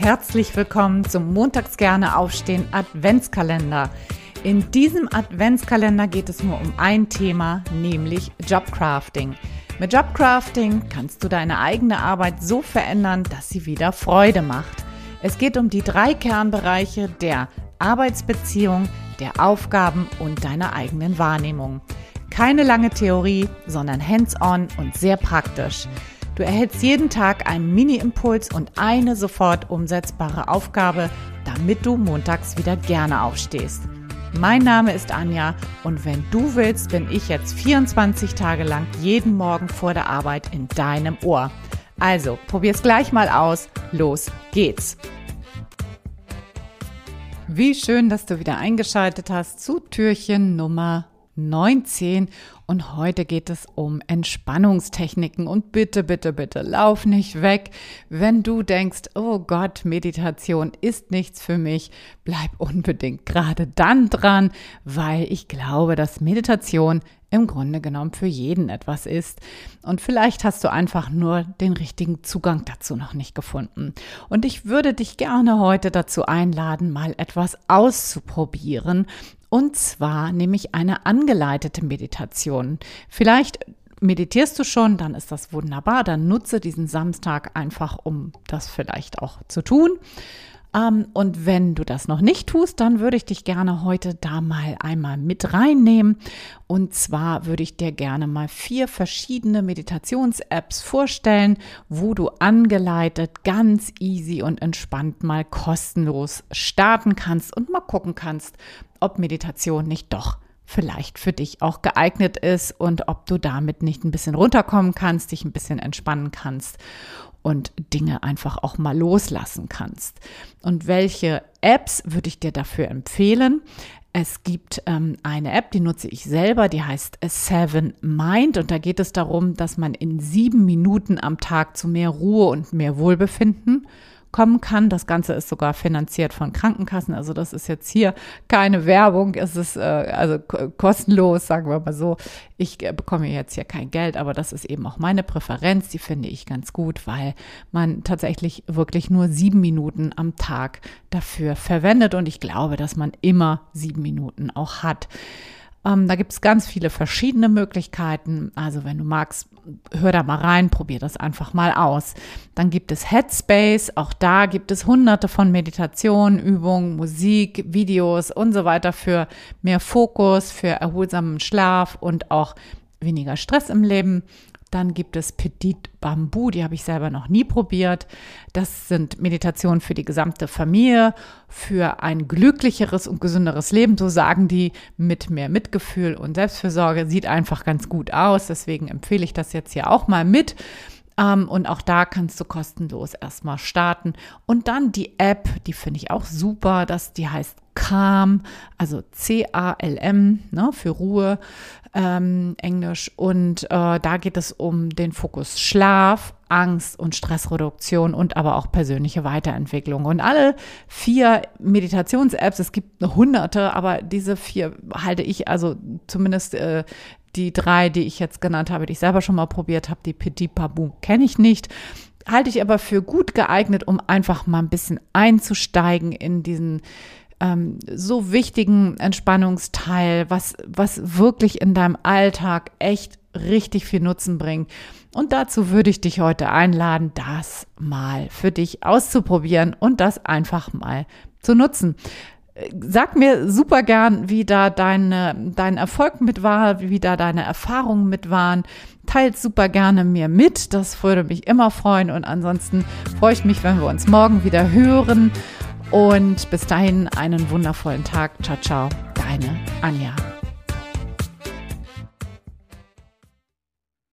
herzlich willkommen zum Montags gerne aufstehen Adventskalender. In diesem Adventskalender geht es nur um ein Thema, nämlich Jobcrafting. Mit Jobcrafting kannst du deine eigene Arbeit so verändern, dass sie wieder Freude macht. Es geht um die 3 Kernbereiche der Arbeitsbeziehung, der Aufgaben und deiner eigenen Wahrnehmung. Keine lange Theorie, sondern hands-on und sehr praktisch. Du erhältst jeden Tag einen Mini-Impuls und eine sofort umsetzbare Aufgabe, damit du montags wieder gerne aufstehst. Mein Name ist Anja und wenn du willst, bin ich jetzt 24 Tage lang jeden Morgen vor der Arbeit in deinem Ohr. Also, probier's gleich mal aus. Los geht's! Wie schön, dass du wieder eingeschaltet hast zu Türchen Nummer 19 und heute geht es um Entspannungstechniken und bitte, bitte, bitte lauf nicht weg. Wenn du denkst, oh Gott, Meditation ist nichts für mich, bleib unbedingt gerade dann dran, weil ich glaube, dass Meditation im Grunde genommen für jeden etwas ist. Und vielleicht hast du einfach nur den richtigen Zugang dazu noch nicht gefunden. Und ich würde dich gerne heute dazu einladen, mal etwas auszuprobieren. Und zwar nämlich eine angeleitete Meditation. Vielleicht meditierst du schon, dann ist das wunderbar. Dann nutze diesen Samstag einfach, um das vielleicht auch zu tun. Und wenn du das noch nicht tust, dann würde ich dich gerne heute da mal einmal mit reinnehmen. Und zwar würde ich dir gerne mal 4 verschiedene Meditations-Apps vorstellen, wo du angeleitet, ganz easy und entspannt mal kostenlos starten kannst und mal gucken kannst, ob Meditation nicht doch vielleicht für dich auch geeignet ist und ob du damit nicht ein bisschen runterkommen kannst, dich ein bisschen entspannen kannst und Dinge einfach auch mal loslassen kannst. Und welche Apps würde ich dir dafür empfehlen? Es gibt eine App, die nutze ich selber, die heißt 7 Mind und da geht es darum, dass man in 7 Minuten am Tag zu mehr Ruhe und mehr Wohlbefinden kommen kann. Das Ganze ist sogar finanziert von Krankenkassen, also das ist jetzt hier keine Werbung, es ist also kostenlos, sagen wir mal so. Ich bekomme jetzt hier kein Geld, aber das ist eben auch meine Präferenz, die finde ich ganz gut, weil man tatsächlich wirklich nur 7 Minuten am Tag dafür verwendet und ich glaube, dass man immer 7 Minuten auch hat. Da gibt es ganz viele verschiedene Möglichkeiten. Also wenn du magst, hör da mal rein, probier das einfach mal aus. Dann gibt es Headspace, auch da gibt es hunderte von Meditationen, Übungen, Musik, Videos und so weiter für mehr Fokus, für erholsamen Schlaf und auch weniger Stress im Leben. Dann gibt es Petit Bamboo, die habe ich selber noch nie probiert. Das sind Meditationen für die gesamte Familie, für ein glücklicheres und gesünderes Leben, so sagen die, mit mehr Mitgefühl und Selbstfürsorge. Sieht einfach ganz gut aus, deswegen empfehle ich das jetzt hier auch mal mit. Und auch da kannst du kostenlos erstmal starten. Und dann die App, die finde ich auch super, die heißt Calm, also C-A-L-M, ne, für Ruhe, Englisch. Und da geht es um den Fokus Schlaf, Angst und Stressreduktion und aber auch persönliche Weiterentwicklung. Und alle 4 Meditations-Apps, es gibt hunderte, aber diese 4 halte ich, also zumindest die 3, die ich jetzt genannt habe, die ich selber schon mal probiert habe, die Petit Bamboo kenne ich nicht, halte ich aber für gut geeignet, um einfach mal ein bisschen einzusteigen in diesen so wichtigen Entspannungsteil, was wirklich in deinem Alltag echt richtig viel Nutzen bringt. Und dazu würde ich dich heute einladen, das mal für dich auszuprobieren und das einfach mal zu nutzen. Sag mir super gern, wie da dein Erfolg mit war, wie da deine Erfahrungen mit waren. Teilt super gerne mir mit, das würde mich immer freuen. Und ansonsten freue ich mich, wenn wir uns morgen wieder hören. Und bis dahin einen wundervollen Tag. Ciao, ciao, deine Anja.